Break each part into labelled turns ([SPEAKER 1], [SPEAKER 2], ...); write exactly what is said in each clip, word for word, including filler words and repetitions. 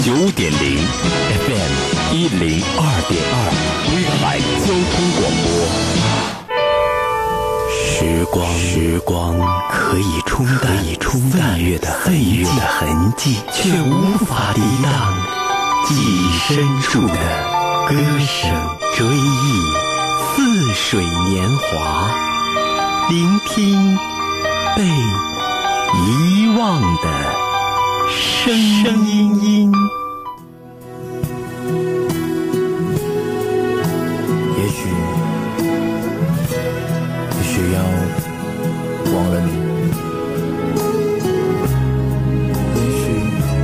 [SPEAKER 1] 九点零 F M 一零二点二，威海交通广播。时光，时光可以冲淡以冲淡岁月的岁月的痕迹，却无法抵挡记忆深处的歌声。追忆似水年华，聆听被遗忘的声音。
[SPEAKER 2] 也许，也许要忘了你，也许，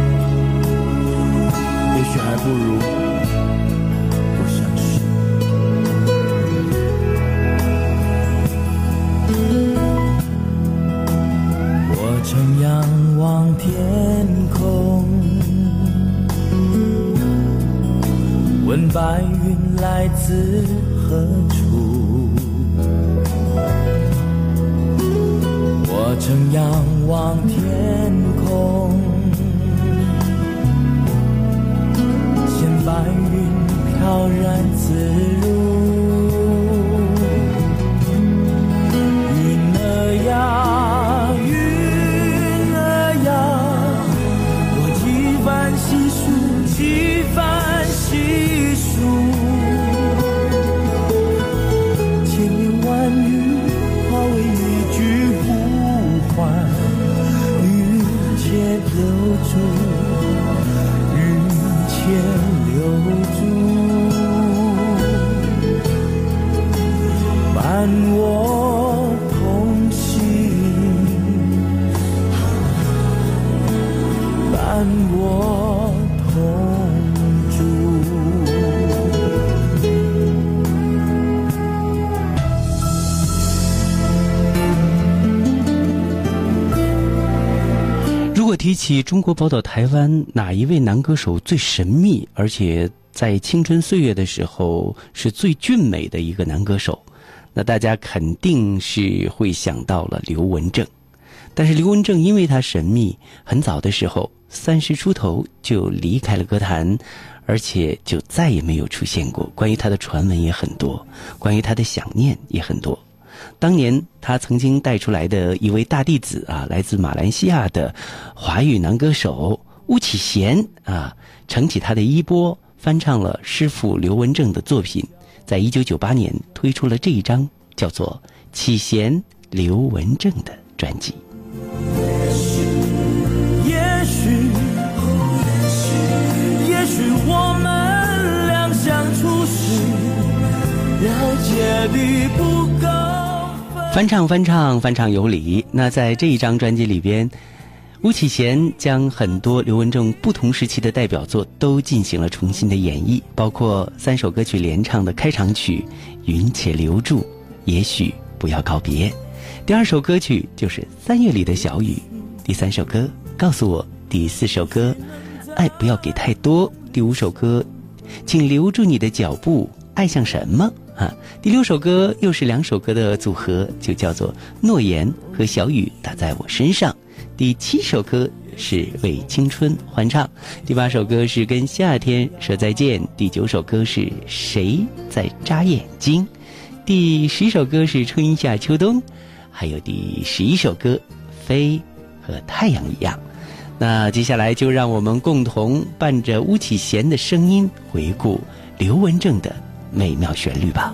[SPEAKER 2] 也许还不如不相识。我曾仰望天空，问白云来自何处。我曾仰望天空，见白云飘然自如。云儿呀云儿呀，我几番细数几番细数，千言万语化为一句呼唤，云且留住，云且留住，伴我同行，伴我同住。
[SPEAKER 3] 如果提起中国宝岛台湾哪一位男歌手最神秘，而且在青春岁月的时候是最俊美的一个男歌手，那大家肯定是会想到了刘文正。但是刘文正因为他神秘，很早的时候三十出头就离开了歌坛，而且就再也没有出现过。关于他的传闻也很多，关于他的想念也很多。当年他曾经带出来的一位大弟子啊，来自马来西亚的华语男歌手巫启贤啊，承起他的衣钵，翻唱了师父刘文正的作品，在一九九八年推出了这一张叫做《启贤刘文正》的专辑。
[SPEAKER 2] 也许，也许我们俩相处时，了解的不够。
[SPEAKER 3] 翻唱翻唱翻唱有理。那在这一张专辑里边，巫启贤将很多刘文正不同时期的代表作都进行了重新的演绎，包括三首歌曲联唱的开场曲《云且留住》，也许不要告别。第二首歌曲就是《三月里的小雨》，第三首歌告诉我，第四首歌爱不要给太多，第五首歌请留住你的脚步，爱像什么啊？第六首歌又是两首歌的组合，就叫做诺言和小雨打在我身上。第七首歌是为青春欢唱，第八首歌是跟夏天说再见，第九首歌是谁在眨眼睛，第十首歌是春夏秋冬，还有第十一首歌飞和太阳一样。那接下来就让我们共同伴着巫启贤的声音回顾刘文正的美妙旋律吧。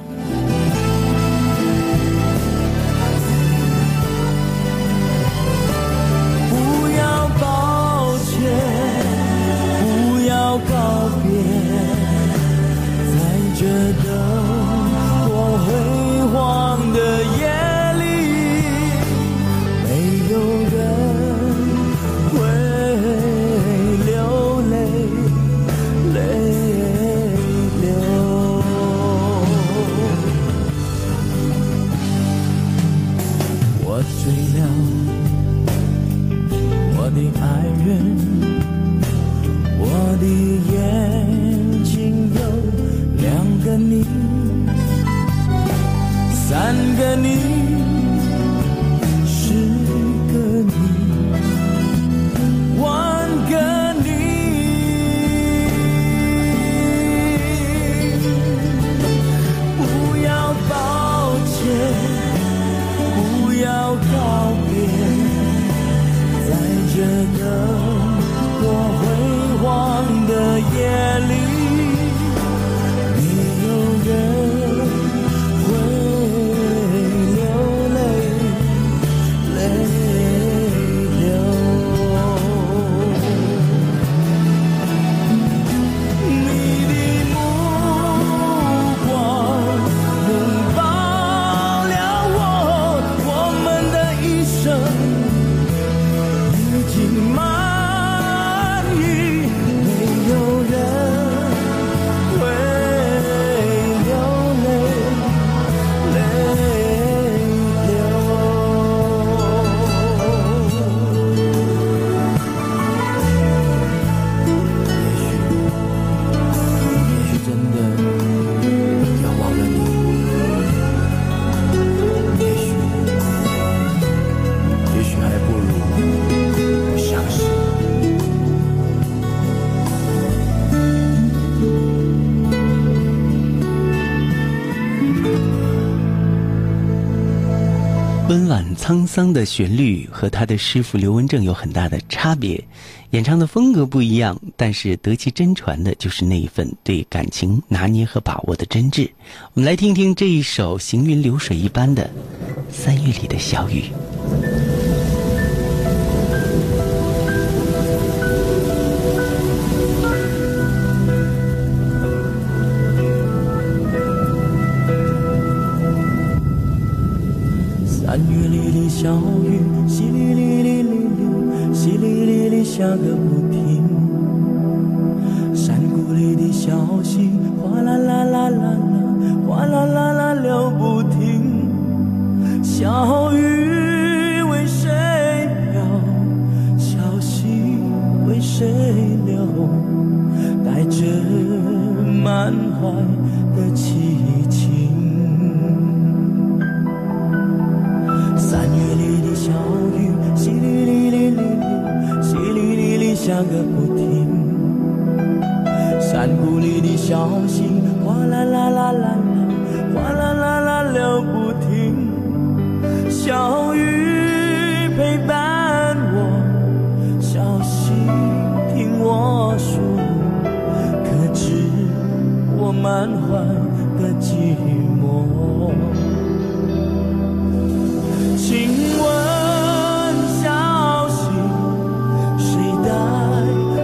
[SPEAKER 2] 不要抱歉，不要告别，在这灯火辉煌的夜里，没有人会流泪，泪流。 着灯多辉煌的夜里，没有人会流泪，泪流。你的目光拥抱了我，我们的一生已经满意，没有人会流泪，泪流。也许，也许真的要忘了你，也许，也许还不如不相识。
[SPEAKER 3] 温婉沧桑的旋律和他的师父刘文正有很大的差别，演唱的风格不一样，但是得其真传的就是那一份对感情拿捏和把握的真挚。我们来听听这一首行云流水一般的三月里的小雨。
[SPEAKER 2] 三月里的小雨，淅沥沥沥沥沥，淅沥沥沥下个不停。山谷里的小溪，哗啦啦啦啦啦，哗啦啦啦流不停。小雨为谁飘，小溪为谁流，带着满怀的凄情。三月里的小雨，淅沥沥沥沥沥，淅沥沥沥下个不停。山谷里的小溪，哗啦啦啦啦啦，哗啦啦啦流不停。小雨陪伴我，小溪听我说，可知我满怀的寂寞。请问小溪，谁带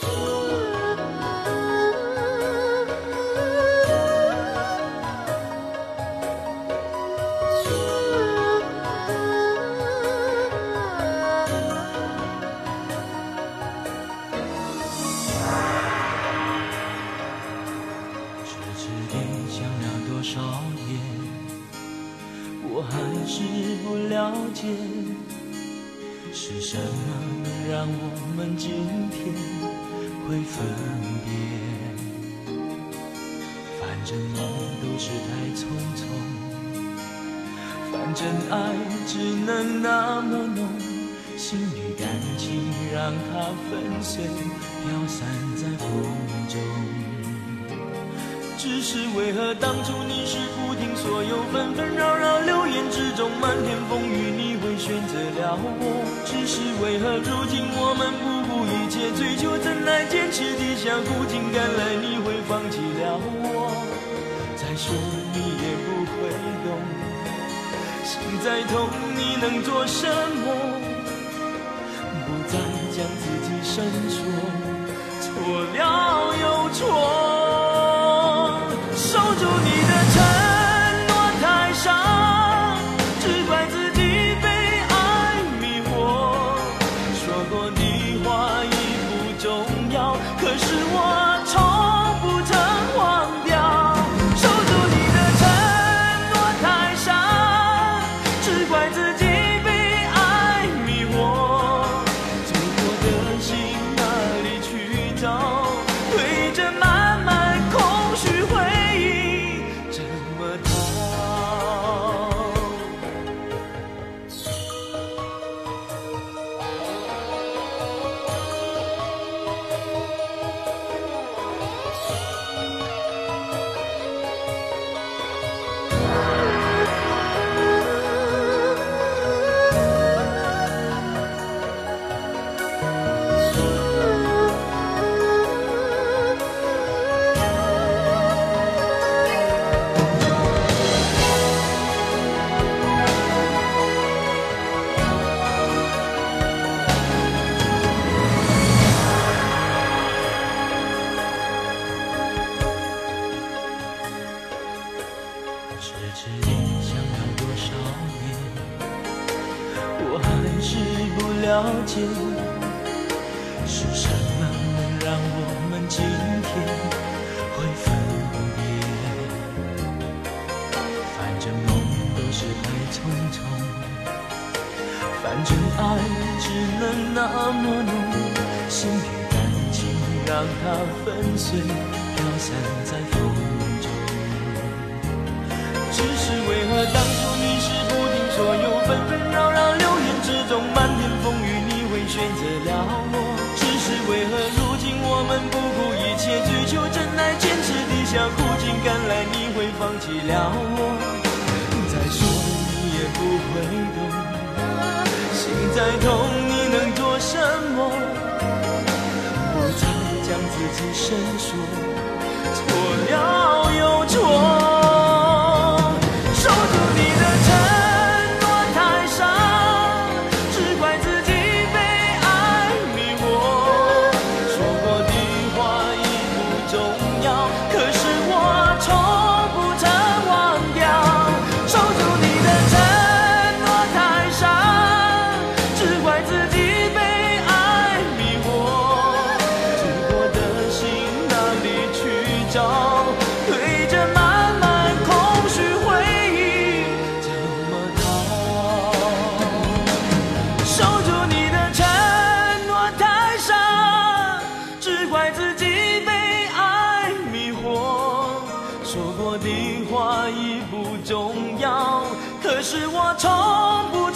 [SPEAKER 2] 是什么能让我们今天会分别？反正梦都是太匆匆，反正爱只能那么浓，心与感情让它粉碎，飘散在风中。只是为何当初你是不听所有纷纷扰扰，流言之中漫天风雨，你会选择了我？只是为何如今我们不顾一切追求真爱，坚持地下苦尽甘来，你会放弃了我？再说你也不会懂，心再痛你能做什么？不再将自己伸缩，错了又错。守住你的承诺太伤，只怪自己被爱迷惑。说过的话已不重要，可是我从不曾忘掉。守住你的承诺太伤，只怪自己被爱迷惑。最后的心哪里去找？对着满满空虚回忆怎么逃？痴痴地想要多少年，我还是不了解，是什么能让我们今天会分别？反正梦都是太匆匆，反正爱只能那么浓，心与感情让它粉碎，飘散在风中。只是为何当初你是不听所有纷纷扰扰，流言之中漫天风雨，你会选择了我？只是为何如今我们不顾一切追求真爱，坚持地下苦尽甘来，你会放弃了我？再说你也不会懂，心再痛你能做什么？不再将自己伸缩，错了又错。说过的话已不重要，可是我从不